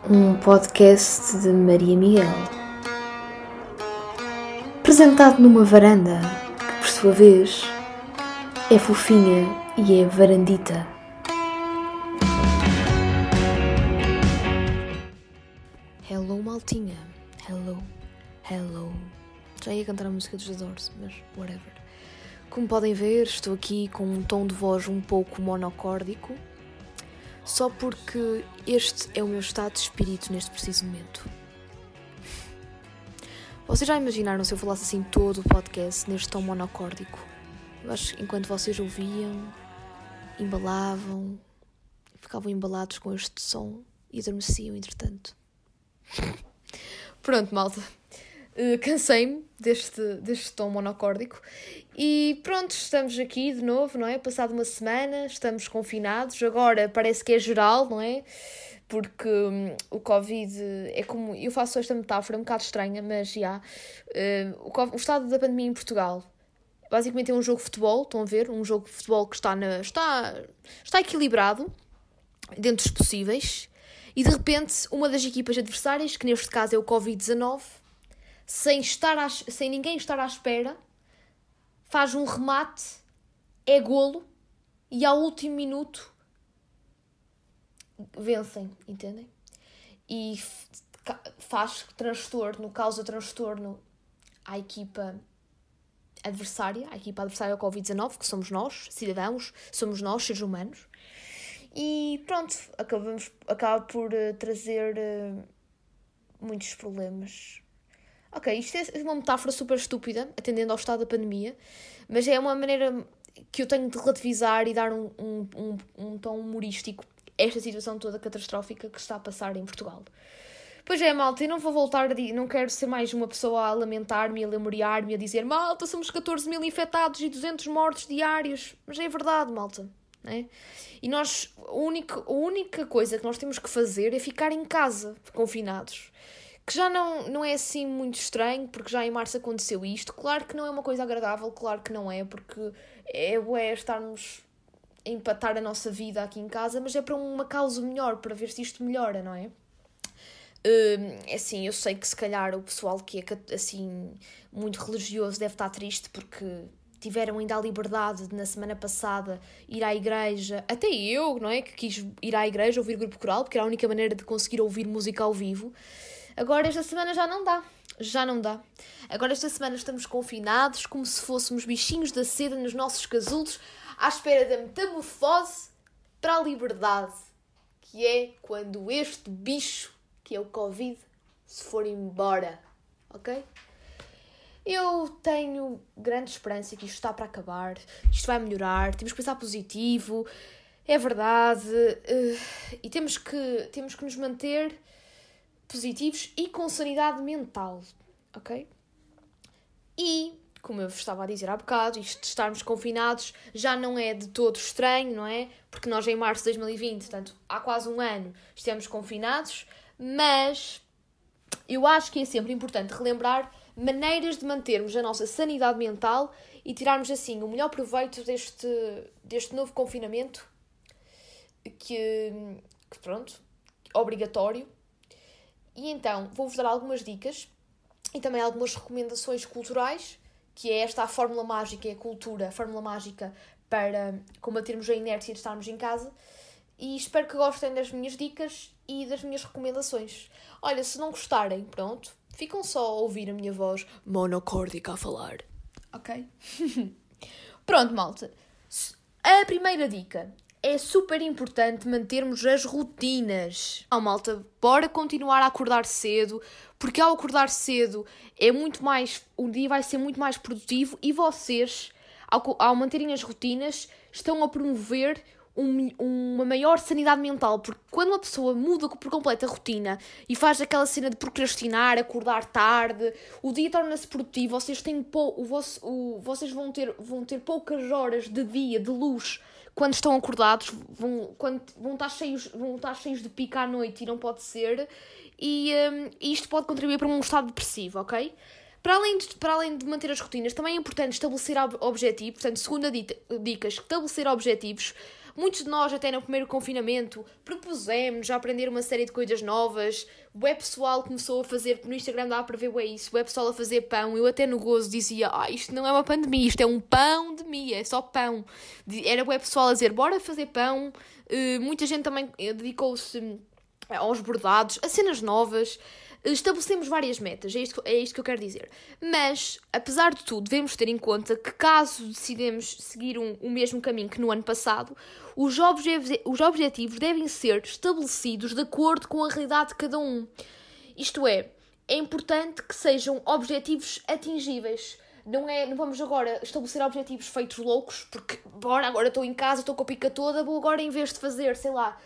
Um podcast de Maria Miguel, apresentado numa varanda que, por sua vez, é fofinha e é varandita. Hello, maltinha. Hello. Já ia cantar a música dos Doors, mas whatever. Como podem ver, estou aqui com um tom de voz um pouco monocórdico, só porque este é o meu estado de espírito neste preciso momento. Vocês já imaginaram se eu falasse assim todo o podcast neste tom monocórdico? Eu acho que enquanto vocês ouviam, embalavam, ficavam embalados com este som e adormeciam entretanto. Pronto, malta. Cansei-me deste tom monocórdico e pronto, estamos aqui de novo, não é? Passado uma semana, estamos confinados, agora parece que é geral, não é? Porque o Covid é como... Eu faço esta metáfora um bocado estranha, mas já. O estado da pandemia em Portugal basicamente é um jogo de futebol, estão a ver? Um jogo de futebol que está equilibrado dentro dos possíveis e de repente uma das equipas adversárias, que neste caso é o Covid-19, sem ninguém estar à espera, faz um remate, é golo e ao último minuto vencem, entendem? E causa transtorno à equipa adversária, ao Covid-19, que somos nós, cidadãos, somos nós, seres humanos. E pronto, acaba por trazer muitos problemas. Ok, isto é uma metáfora super estúpida, atendendo ao estado da pandemia, mas é uma maneira que eu tenho de relativizar e dar um tom humorístico a esta situação toda catastrófica que está a passar em Portugal. Pois é, malta, eu não vou voltar não quero ser mais uma pessoa a lamentar-me, a lemuriar-me, a dizer malta, somos 14 mil infectados e 200 mortos diários. Mas é verdade, malta, não é? E nós, a única coisa que nós temos que fazer é ficar em casa, confinados. Que já não é assim muito estranho, porque já em março aconteceu isto. Claro que não é uma coisa agradável, claro que não é, porque é estarmos a empatar a nossa vida aqui em casa, mas é para uma causa melhor, para ver se isto melhora, não é? Assim, eu sei que se calhar o pessoal que é assim muito religioso deve estar triste porque tiveram ainda a liberdade de, na semana passada, ir à igreja, até eu, não é? Que quis ir à igreja ouvir grupo coral, porque era a única maneira de conseguir ouvir música ao vivo. Agora esta semana já não dá. Agora esta semana estamos confinados como se fôssemos bichinhos da seda nos nossos casulos à espera da metamorfose para a liberdade, que é quando este bicho, que é o Covid, se for embora, ok? Eu tenho grande esperança que isto está para acabar, isto vai melhorar, temos que pensar positivo, é verdade, e temos que nos manter positivos e com sanidade mental, ok? E, como eu vos estava a dizer há bocado, isto de estarmos confinados já não é de todo estranho, não é? Porque nós em março de 2020, portanto, há quase um ano, estivemos confinados, mas eu acho que é sempre importante relembrar maneiras de mantermos a nossa sanidade mental e tirarmos assim o melhor proveito deste novo confinamento que pronto, obrigatório. E então, vou-vos dar algumas dicas e também algumas recomendações culturais, que é esta a fórmula mágica, é a cultura, a fórmula mágica para combatermos a inércia de estarmos em casa. E espero que gostem das minhas dicas e das minhas recomendações. Olha, se não gostarem, pronto, ficam só a ouvir a minha voz monocórdica a falar. Ok? Pronto, malta. A primeira dica. É super importante mantermos as rotinas. Malta, bora continuar a acordar cedo, porque ao acordar cedo o dia vai ser muito mais produtivo e vocês, ao manterem as rotinas, estão a promover uma maior sanidade mental, porque quando uma pessoa muda por completo a rotina e faz aquela cena de procrastinar, acordar tarde, o dia torna-se produtivo, vocês vão ter poucas horas de dia, de luz, quando estão acordados, vão estar cheios de pica à noite e não pode ser, e isto pode contribuir para um estado depressivo, ok? Para além de manter as rotinas, também é importante estabelecer objetivos. Portanto, segunda dica, estabelecer objetivos. Muitos de nós, até no primeiro confinamento, propusemos a aprender uma série de coisas novas. O web pessoal começou a fazer, no Instagram dava para ver isso, o web pessoal a fazer pão. Eu até no gozo dizia, isto não é uma pandemia, isto é um pão de mia, é só pão. Era o web pessoal a dizer, bora fazer pão. Muita gente também dedicou-se aos bordados, a cenas novas. Estabelecemos várias metas, é isto que eu quero dizer. Mas, apesar de tudo, devemos ter em conta que caso decidamos seguir o mesmo caminho que no ano passado, os objetivos devem ser estabelecidos de acordo com a realidade de cada um. Isto é importante que sejam objetivos atingíveis. Não vamos agora estabelecer objetivos feitos loucos, porque agora estou em casa, estou com a pica toda, vou agora, em vez de fazer,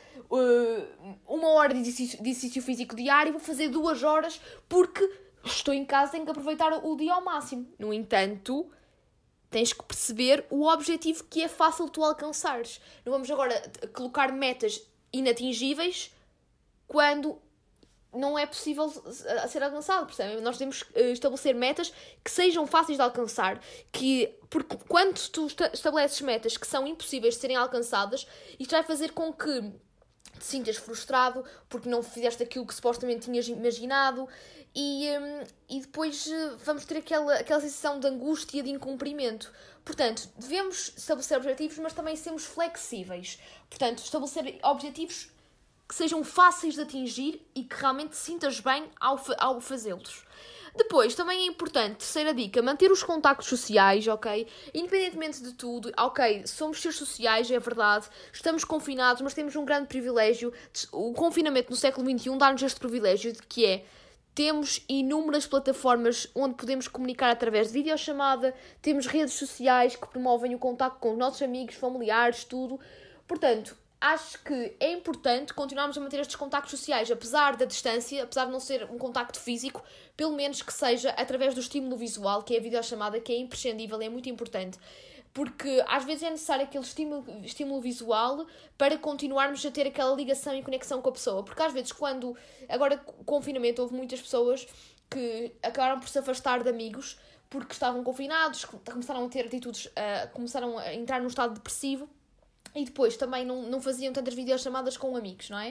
1 hora de exercício físico diário, vou fazer 2 horas, porque estou em casa, tenho que aproveitar o dia ao máximo. No entanto, tens que perceber o objetivo que é fácil tu alcançares. Não vamos agora colocar metas inatingíveis quando não é possível ser alcançado, percebem? Nós temos que estabelecer metas que sejam fáceis de alcançar, porque quando tu estabeleces metas que são impossíveis de serem alcançadas, isto vai fazer com que te sintas frustrado porque não fizeste aquilo que supostamente tinhas imaginado e depois vamos ter aquela sensação de angústia, de incumprimento. Portanto, devemos estabelecer objetivos, mas também sermos flexíveis. Portanto, estabelecer objetivos que sejam fáceis de atingir e que realmente te sintas bem ao fazê-los. Depois, também é importante, terceira dica, manter os contactos sociais, ok? Independentemente de tudo, ok, somos seres sociais, é verdade, estamos confinados, mas temos um grande privilégio. O confinamento no século XXI dá-nos este privilégio de que temos inúmeras plataformas onde podemos comunicar através de videochamada, temos redes sociais que promovem o contacto com os nossos amigos, familiares, tudo. Portanto, acho que é importante continuarmos a manter estes contactos sociais, apesar da distância, apesar de não ser um contacto físico, pelo menos que seja através do estímulo visual, que é a videochamada, que é imprescindível, é muito importante. Porque às vezes é necessário aquele estímulo visual para continuarmos a ter aquela ligação e conexão com a pessoa. Porque às vezes, agora com o confinamento, houve muitas pessoas que acabaram por se afastar de amigos porque estavam confinados, começaram a ter atitudes, começaram a entrar num estado depressivo. E depois também não faziam tantas videochamadas com amigos, não é?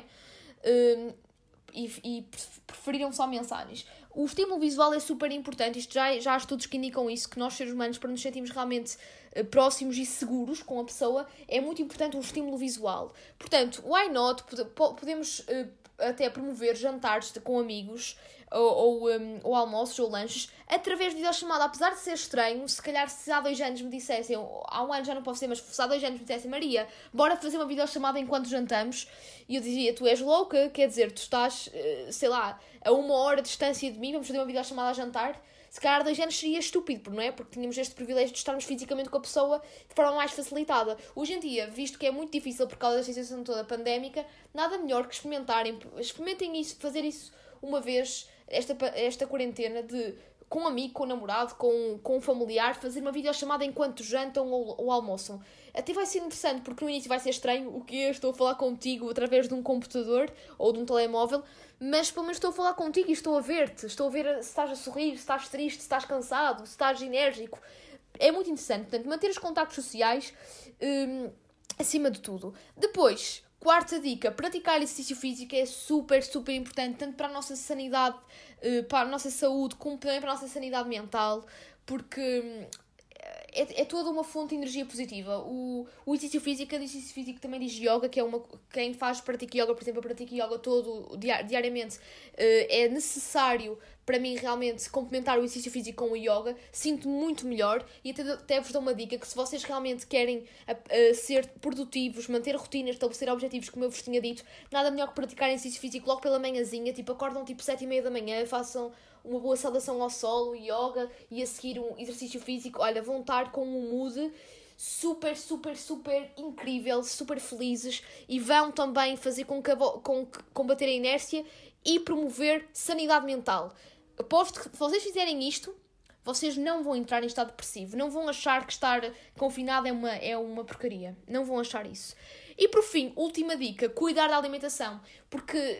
E preferiram só mensagens. O estímulo visual é super importante. Isto já há estudos que indicam isso, que nós, seres humanos, para nos sentirmos realmente próximos e seguros com a pessoa, é muito importante um estímulo visual. Portanto, why not? Podemos até promover jantares com amigos ou almoços ou lanches através de videochamada. Apesar de ser estranho, se calhar se há 2 anos me dissessem, há 1 ano já não posso ser, mas se há 2 anos me dissessem, Maria, bora fazer uma videochamada enquanto jantamos, e eu dizia, tu és louca, quer dizer, tu estás, a 1 hora de distância de mim, vamos fazer uma videochamada a jantar. Se calhar há 2 anos seria estúpido, não é? Porque tínhamos este privilégio de estarmos fisicamente com a pessoa de forma mais facilitada. Hoje em dia, visto que é muito difícil por causa da situação toda pandémica, nada melhor que experimentem isso, fazer isso uma vez, esta quarentena, com um amigo, com um namorado, com um familiar, fazer uma videochamada enquanto jantam ou almoçam. Até vai ser interessante, porque no início vai ser estranho, o que estou a falar contigo através de um computador ou de um telemóvel, mas pelo menos estou a falar contigo e estou a ver-te, estou a ver se estás a sorrir, se estás triste, se estás cansado, se estás enérgico. É muito interessante, portanto, manter os contactos sociais acima de tudo. Depois, quarta dica, praticar exercício físico é super, super importante, tanto para a nossa sanidade, para a nossa saúde, como também para a nossa sanidade mental, porque é toda uma fonte de energia positiva. O exercício físico também diz yoga, que é quem pratica yoga, por exemplo, eu pratico yoga diariamente, é necessário para mim realmente complementar o exercício físico com o yoga. Sinto-me muito melhor e até vos dou uma dica, que se vocês realmente querem ser produtivos, manter rotinas, estabelecer objetivos, como eu vos tinha dito, nada melhor que praticar exercício físico logo pela manhãzinha, acordam 7:30 da manhã, façam uma boa saudação ao sol, yoga, e a seguir um exercício físico. Olha, vão estar com um mood super, super, super incrível, super felizes, e vão também fazer com que combater a inércia e promover sanidade mental. Aposto que se vocês fizerem isto, vocês não vão entrar em estado depressivo, não vão achar que estar confinado é uma porcaria, não vão achar isso. E por fim, última dica, cuidar da alimentação, porque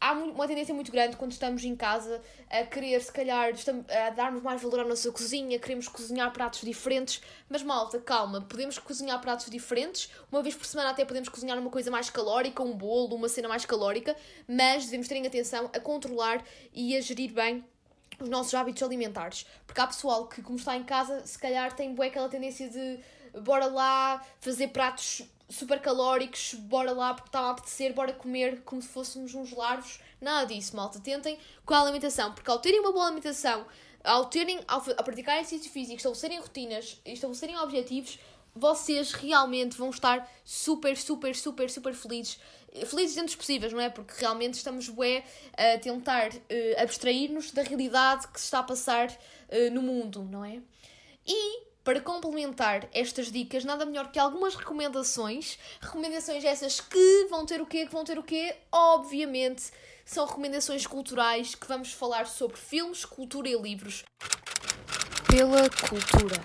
há uma tendência muito grande quando estamos em casa a querer, se calhar, a darmos mais valor à nossa cozinha, queremos cozinhar pratos diferentes, mas malta, calma, podemos cozinhar pratos diferentes, uma vez por semana até podemos cozinhar uma coisa mais calórica, um bolo, uma cena mais calórica, mas devemos ter atenção a controlar e a gerir bem os nossos hábitos alimentares, porque há pessoal que, como está em casa, se calhar tem bué aquela tendência de bora lá fazer pratos super calóricos, bora lá porque está a apetecer, bora comer como se fôssemos uns larvos. Nada disso, malta. Tentem com a alimentação, porque ao terem uma boa alimentação, ao praticarem exercício físico, estabelecerem rotinas, estabelecerem objetivos, vocês realmente vão estar super, super, super, super felizes. Felizes dentro dos possíveis, não é? Porque realmente estamos a tentar abstrair-nos da realidade que se está a passar no mundo, não é? E para complementar estas dicas, nada melhor que algumas recomendações. Recomendações essas que vão ter o quê? Obviamente, são recomendações culturais que vamos falar sobre filmes, cultura e livros. Pela cultura.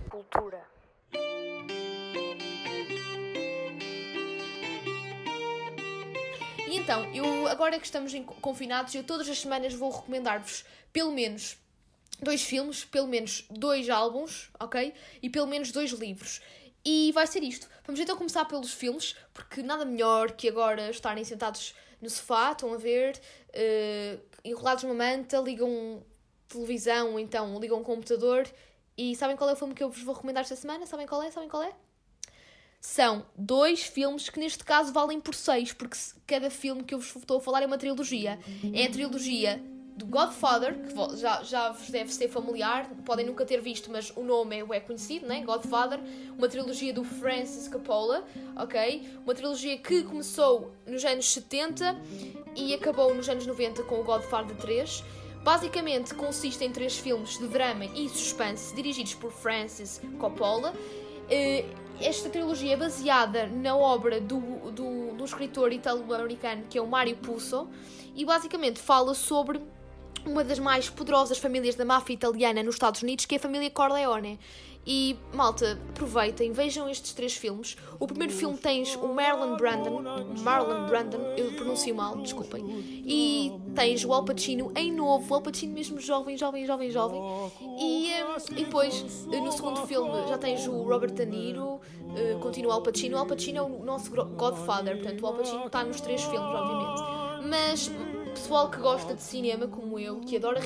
E então, agora que estamos confinados, eu todas as semanas vou recomendar-vos pelo menos 2 filmes, pelo menos 2 álbuns, ok? E pelo menos 2 livros. E vai ser isto. Vamos então começar pelos filmes, porque nada melhor que agora estarem sentados no sofá, estão a ver, enrolados numa manta, ligam televisão, então ligam um computador. E sabem qual é o filme que eu vos vou recomendar esta semana? Sabem qual é? São 2 filmes que neste caso valem por 6, porque cada filme que eu vos estou a falar é uma trilogia. É a trilogia do Godfather, que já vos deve ser familiar, podem nunca ter visto, mas o nome é conhecido, né? Godfather, uma trilogia do Francis Coppola, ok? Uma trilogia que começou nos anos 70 e acabou nos anos 90 com o Godfather 3. Basicamente consiste em 3 filmes de drama e suspense dirigidos por Francis Coppola. Esta trilogia é baseada na obra do escritor italo-americano que é o Mario Puzo e basicamente fala sobre uma das mais poderosas famílias da máfia italiana nos Estados Unidos, que é a família Corleone. E, malta, aproveitem, vejam estes 3 filmes. O primeiro filme tens o Marlon Brandon, eu pronuncio mal, desculpem. E tens o Al Pacino em novo, o Al Pacino mesmo jovem. E depois, no segundo filme, já tens o Robert De Niro, continua o Al Pacino. O Al Pacino é o nosso Godfather, portanto o Al Pacino está nos 3 filmes, obviamente. Mas pessoal que gosta de cinema, como eu, que adora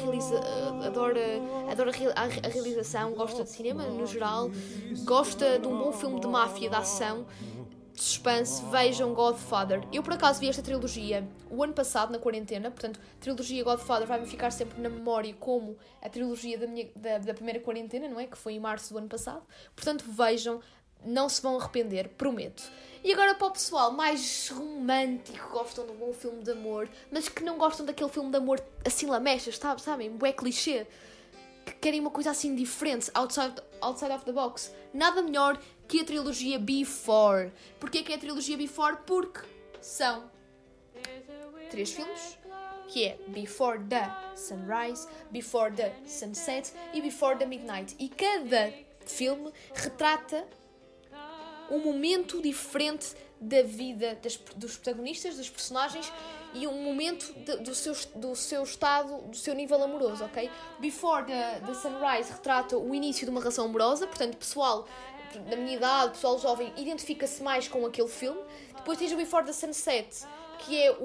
a realização, gosta de cinema no geral, gosta de um bom filme de máfia, de ação, de suspense, vejam Godfather. Eu, por acaso, vi esta trilogia o ano passado, na quarentena, portanto, a trilogia Godfather vai-me ficar sempre na memória como a trilogia da primeira quarentena, não é? Que foi em março do ano passado. Portanto, vejam, não se vão arrepender, prometo. E agora para o pessoal mais romântico, gostam de um bom filme de amor, mas que não gostam daquele filme de amor assim lamechas, sabem? Bué clichê. Que querem uma coisa assim diferente, outside of the box. Nada melhor que a trilogia Before. Porquê que é a trilogia Before? Porque são 3 filmes, que é Before the Sunrise, Before the Sunset e Before the Midnight. E cada filme retrata um momento diferente da vida dos protagonistas, dos personagens, e um momento do seu estado, do seu nível amoroso, ok? Before the Sunrise retrata o início de uma relação amorosa, portanto, pessoal da minha idade, pessoal jovem, identifica-se mais com aquele filme. Depois tens o Before the Sunset, que é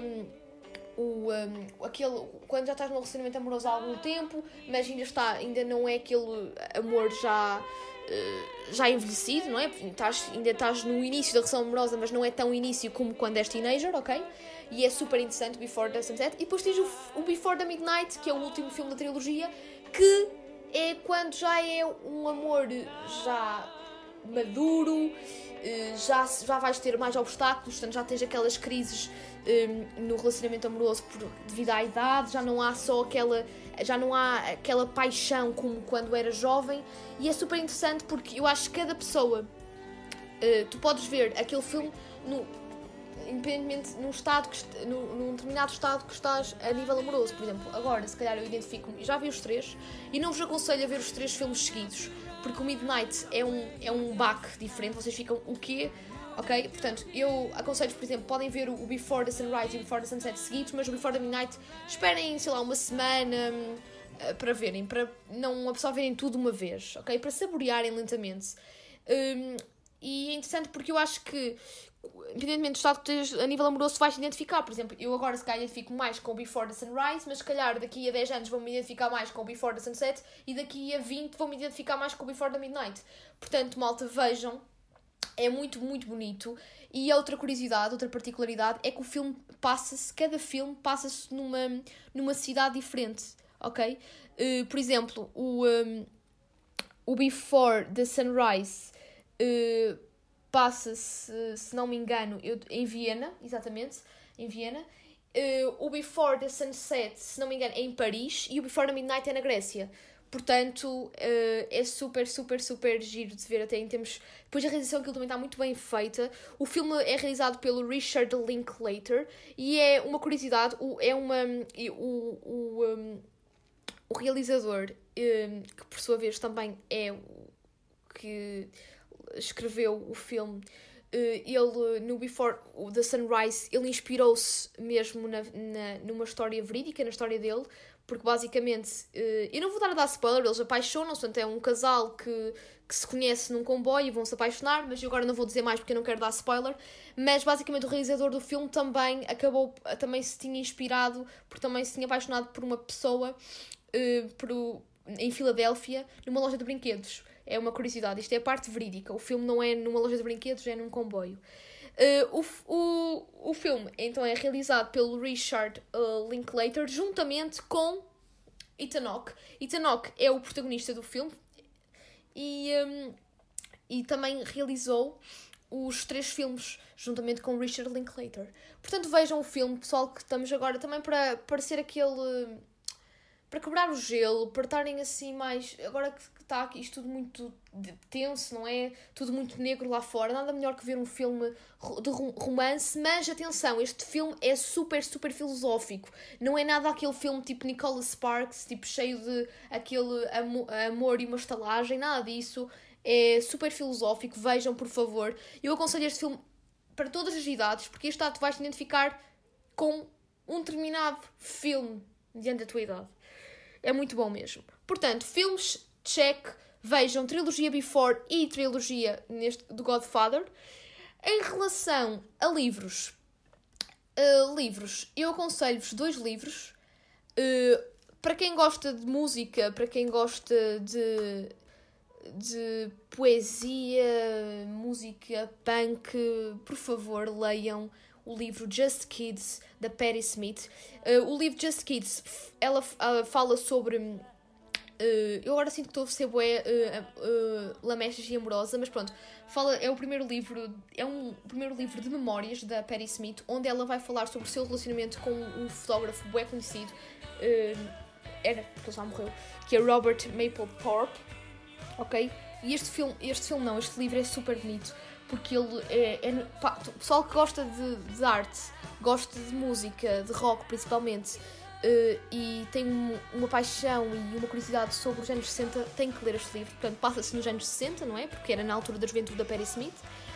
aquele quando já estás num relacionamento amoroso há algum tempo, mas ainda não é aquele amor já envelhecido, não é? Ainda estás no início da relação amorosa, mas não é tão início como quando és teenager, ok? E é super interessante, Before the Sunset. E depois tens o Before the Midnight, que é o último filme da trilogia, que é quando já é um amor já maduro, já vais ter mais obstáculos, portanto já tens aquelas crises no relacionamento amoroso devido à idade, já não há aquela paixão como quando era jovem. E é super interessante porque eu acho que cada pessoa, tu podes ver aquele filme independentemente num determinado estado que estás a nível amoroso. Por exemplo, agora se calhar eu identifico-me, já vi os 3 e não vos aconselho a ver os 3 filmes seguidos, porque o Midnight é um baque diferente, vocês ficam, o quê? ok? Portanto, eu aconselho, por exemplo, podem ver o Before the Sunrise e o Before the Sunset seguidos, mas o Before the Midnight esperem, sei lá, uma semana para verem, para não absorverem tudo uma vez, ok? Para saborearem lentamente. E é interessante porque eu acho que, independentemente do estado que estejas a nível amoroso, vais-te identificar. Por exemplo, eu agora se calhar identifico mais com o Before the Sunrise, mas se calhar daqui a 10 anos vou-me identificar mais com o Before the Sunset e daqui a 20 vou-me identificar mais com o Before the Midnight. Portanto, malta, vejam. É muito, muito bonito. E a outra curiosidade, outra particularidade, é que o filme cada filme passa-se numa cidade diferente, ok? Por exemplo, o Before the Sunrise passa-se, se não me engano, em Viena, exatamente, em Viena. O Before the Sunset, se não me engano, é em Paris, e o Before the Midnight é na Grécia. Portanto, é super, super, super giro de ver até em termos... Depois a realização, aquilo também está muito bem feita. O filme é realizado pelo Richard Linklater e é uma curiosidade, o realizador, que por sua vez também é o que escreveu o filme, ele no Before the Sunrise, ele inspirou-se mesmo numa história verídica, na história dele, porque basicamente, eu não vou dar a dar spoiler, eles apaixonam-se, portanto é um casal que se conhece num comboio e vão se apaixonar, mas eu agora não vou dizer mais porque eu não quero dar spoiler, mas basicamente o realizador do filme também se tinha inspirado, porque também se tinha apaixonado por uma pessoa em Filadélfia, numa loja de brinquedos. É uma curiosidade, isto é a parte verídica, o filme não é numa loja de brinquedos, é num comboio. O filme então é realizado pelo Richard Linklater juntamente com Ethan Hawke. Ethan Hawke é o protagonista do filme e também realizou os 3 filmes juntamente com Richard Linklater. Portanto, vejam o filme, pessoal, que estamos agora também para ser aquele... para quebrar o gelo, para estarem assim mais... Agora que está aqui isto tudo muito tenso, não é? Tudo muito negro lá fora. Nada melhor que ver um filme de romance. Mas, atenção, este filme é super, super filosófico. Não é nada aquele filme tipo Nicholas Sparks, tipo cheio de aquele amor e uma estalagem. Nada disso. É super filosófico. Vejam, por favor. Eu aconselho este filme para todas as idades, porque este ato vais-te identificar com um determinado filme diante da tua idade. É muito bom mesmo. Portanto, filmes, check. Vejam trilogia Before e trilogia do Godfather. Em relação a livros, eu aconselho-vos 2 livros. Para quem gosta de música, para quem gosta de poesia, música punk, por favor, leiam o livro Just Kids, da Patti Smith. O livro Just Kids, ela fala sobre... eu agora sinto que estou a ser bué lamechas e amorosa, mas pronto. É um primeiro livro de memórias da Patti Smith, onde ela vai falar sobre o seu relacionamento com um fotógrafo bué conhecido, porque ele já morreu, que é Robert Mapplethorpe, ok? E este livro é super bonito, porque ele o pessoal que gosta de arte, gosta de música, de rock principalmente, e tem uma paixão e uma curiosidade sobre os anos 60, tem que ler este livro. Portanto, passa-se nos anos 60, não é? Porque era na altura da juventude da Patti Smith.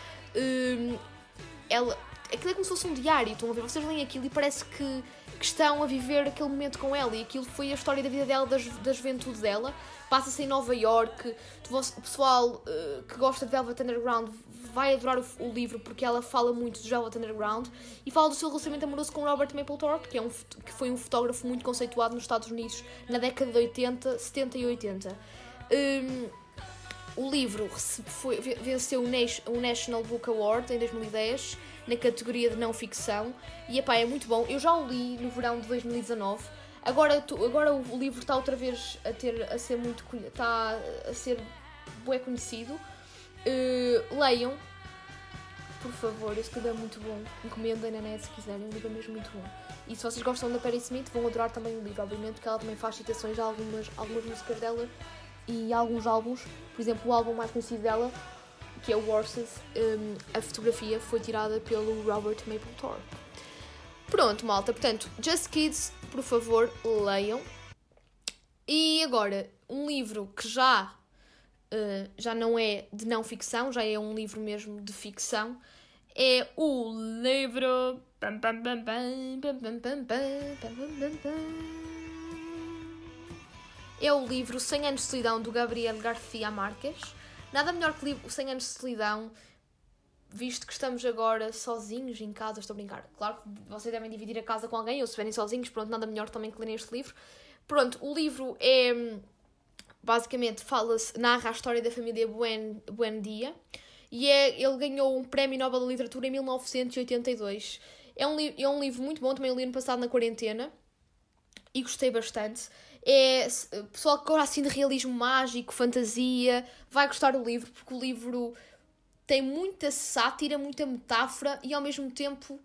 Aquilo é como se fosse um diário, estão a ver? Vocês leem aquilo e parece que estão a viver aquele momento com ela, e aquilo foi a história da vida dela, da juventude dela. Passa-se em Nova York. O pessoal que gosta de Velvet Underground vai adorar o livro, porque ela fala muito de Velvet Underground e fala do seu relacionamento amoroso com Robert Mapplethorpe, que foi um fotógrafo muito conceituado nos Estados Unidos na década de 80, 70 e 80. O livro venceu o National Book Award em 2010 na categoria de não ficção e é muito bom. Eu já o li no verão de 2019. Agora o livro está outra vez a ser bué conhecido. Leiam, por favor, este livro é muito bom. Encomendem na net se quiserem, o livro é mesmo muito bom. E se vocês gostam da Patti Smith, vão adorar também o livro, obviamente, porque ela também faz citações a algumas músicas dela e alguns álbuns. Por exemplo, o álbum mais conhecido dela, que é o Horses, a fotografia foi tirada pelo Robert Mapplethorpe. Pronto, malta, portanto, Just Kids, por favor, leiam. E agora, um livro que já não é de não ficção, já é um livro mesmo de ficção, é o livro... É o livro 100 Anos de Solidão, do Gabriel García Márquez. Nada melhor que o livro 100 Anos de Solidão, visto que estamos agora sozinhos em casa. Estou a brincar. Claro que vocês devem dividir a casa com alguém, ou se estiverem sozinhos, pronto, nada melhor também que lerem este livro. Pronto, o livro é... Basicamente, narra a história da família Buendia. E ele ganhou um Prémio Nobel da Literatura em 1982. É um livro muito bom, também li ano passado na quarentena. E gostei bastante. Pessoal que gosta assim de realismo mágico, fantasia, vai gostar do livro, porque o livro tem muita sátira, muita metáfora e ao mesmo tempo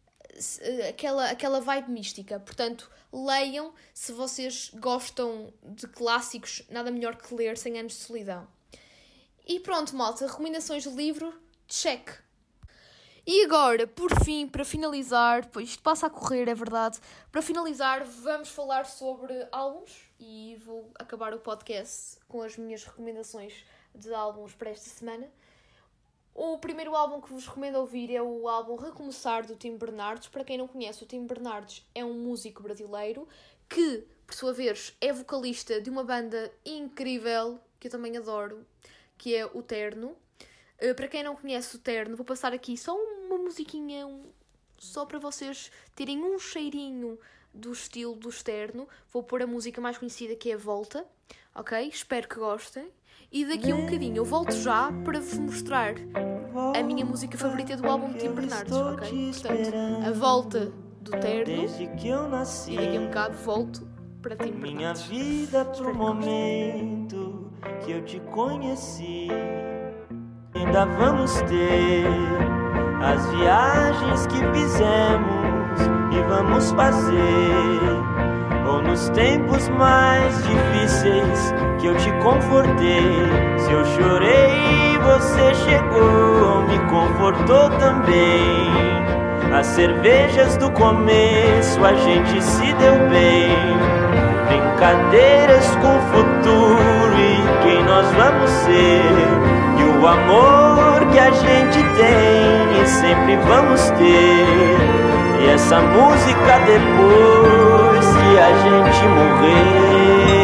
aquela vibe mística. Portanto, leiam, se vocês gostam de clássicos, nada melhor que ler 100 Anos de Solidão. E pronto, malta, recomendações de livro, check. E agora, por fim, para finalizar, pois isto passa a correr, é verdade, para finalizar vamos falar sobre álbuns e vou acabar o podcast com as minhas recomendações de álbuns para esta semana. O primeiro álbum que vos recomendo ouvir é o álbum Recomeçar, do Tim Bernardes. Para quem não conhece, o Tim Bernardes é um músico brasileiro que, por sua vez, é vocalista de uma banda incrível, que eu também adoro, que é o Terno. Para quem não conhece o Terno, vou passar aqui só uma musiquinha, só para vocês terem um cheirinho do estilo do Terno. Vou pôr a música mais conhecida, que é a Volta, ok? Espero que gostem. E daqui a um bocadinho eu volto já para vos mostrar a minha música favorita do álbum de Tim Bernardes, ok? Portanto, a Volta do Terno, e daqui a um bocado volto para Tim Bernardes. Minha vida pro momento que eu te conheci. Ainda vamos ter as viagens que fizemos e vamos fazer, ou nos tempos mais difíceis que eu te confortei. Se eu chorei, você chegou, me confortou também. As cervejas do começo a gente se deu bem. Brincadeiras com o futuro e quem nós vamos ser. O amor que a gente tem e sempre vamos ter. E essa música depois que a gente morrer.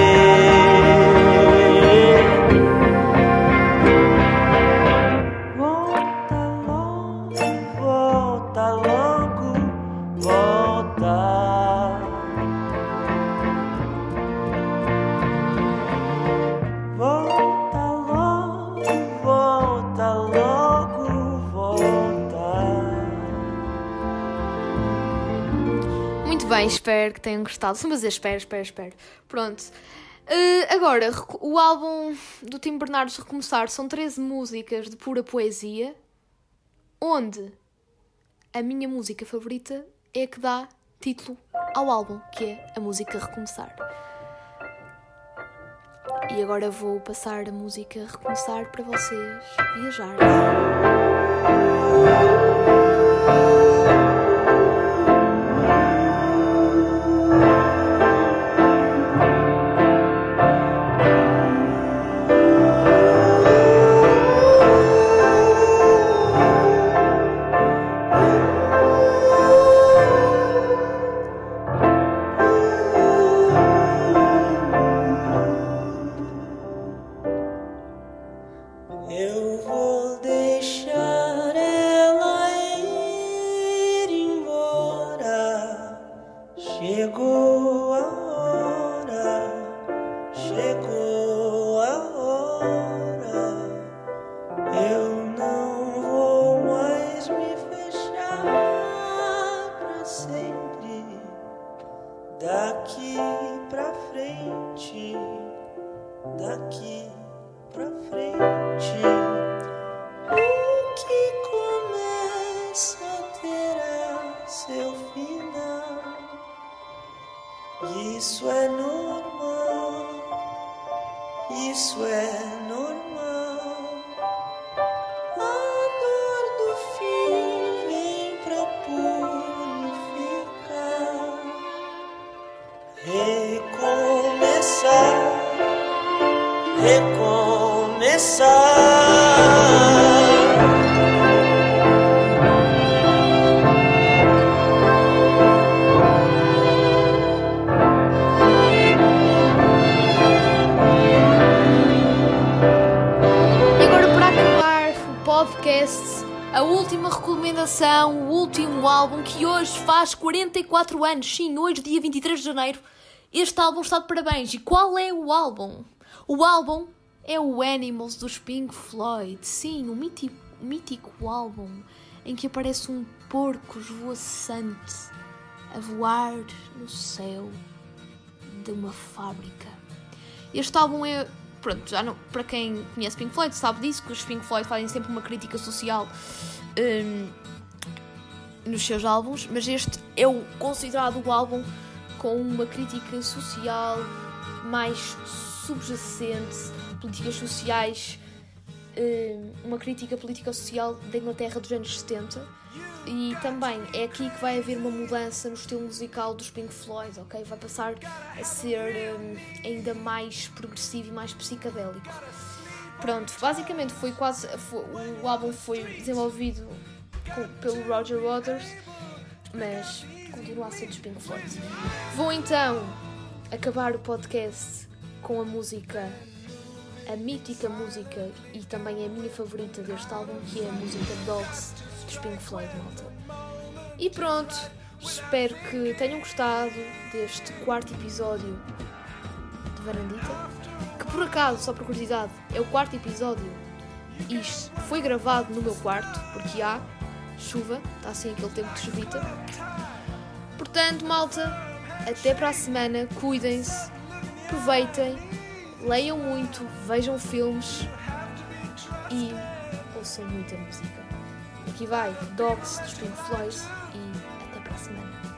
Volta logo, volta logo, volta. Bem, espero que tenham gostado. Só mas espero. Pronto. Agora, o álbum do Tim Bernardes Recomeçar são 13 músicas de pura poesia, onde a minha música favorita é a que dá título ao álbum, que é a música Recomeçar. E agora vou passar a música Recomeçar para vocês viajarem. Eu vou deixar ela ir embora. Chegou a hora, chegou a hora. Eu não vou mais me fechar pra sempre. Daqui pra frente, daqui pra frente, o que começa terá seu final. Isso é normal, isso é normal. A dor do fim vem pra purificar, recomeçar, recomeçar. recordação, o último álbum que hoje faz 44 anos. Sim, hoje, dia 23 de janeiro, este álbum está de parabéns. E qual é o álbum? O álbum é o Animals dos Pink Floyd. Sim, o mítico álbum em que aparece um porco esvoaçante a voar no céu de uma fábrica. Este álbum é... Pronto, já não, para quem conhece Pink Floyd sabe disso, que os Pink Floyd fazem sempre uma crítica social nos seus álbuns, mas este é considerado o álbum com uma crítica social mais subjacente, políticas sociais, uma crítica política-social da Inglaterra dos anos 70, e também é aqui que vai haver uma mudança no estilo musical dos Pink Floyd, ok? Vai passar a ser ainda mais progressivo e mais psicadélico. Pronto, basicamente o álbum foi desenvolvido pelo Roger Waters, mas continua a ser dos Pink Floyd. Vou então acabar o podcast com a mítica música e também a minha favorita deste álbum, que é a música Dogs dos Pink Floyd, malta. E pronto, espero que tenham gostado deste 4º episódio de Varandita, que por acaso, só por curiosidade, é o 4º episódio. Isto foi gravado no meu quarto, porque há chuva, está assim aquele tempo de chuvita. Portanto, malta, até para a semana, cuidem-se, aproveitem, leiam muito, vejam filmes e ouçam muita música. Aqui vai Dogs dos Pink Floyd e até para a semana.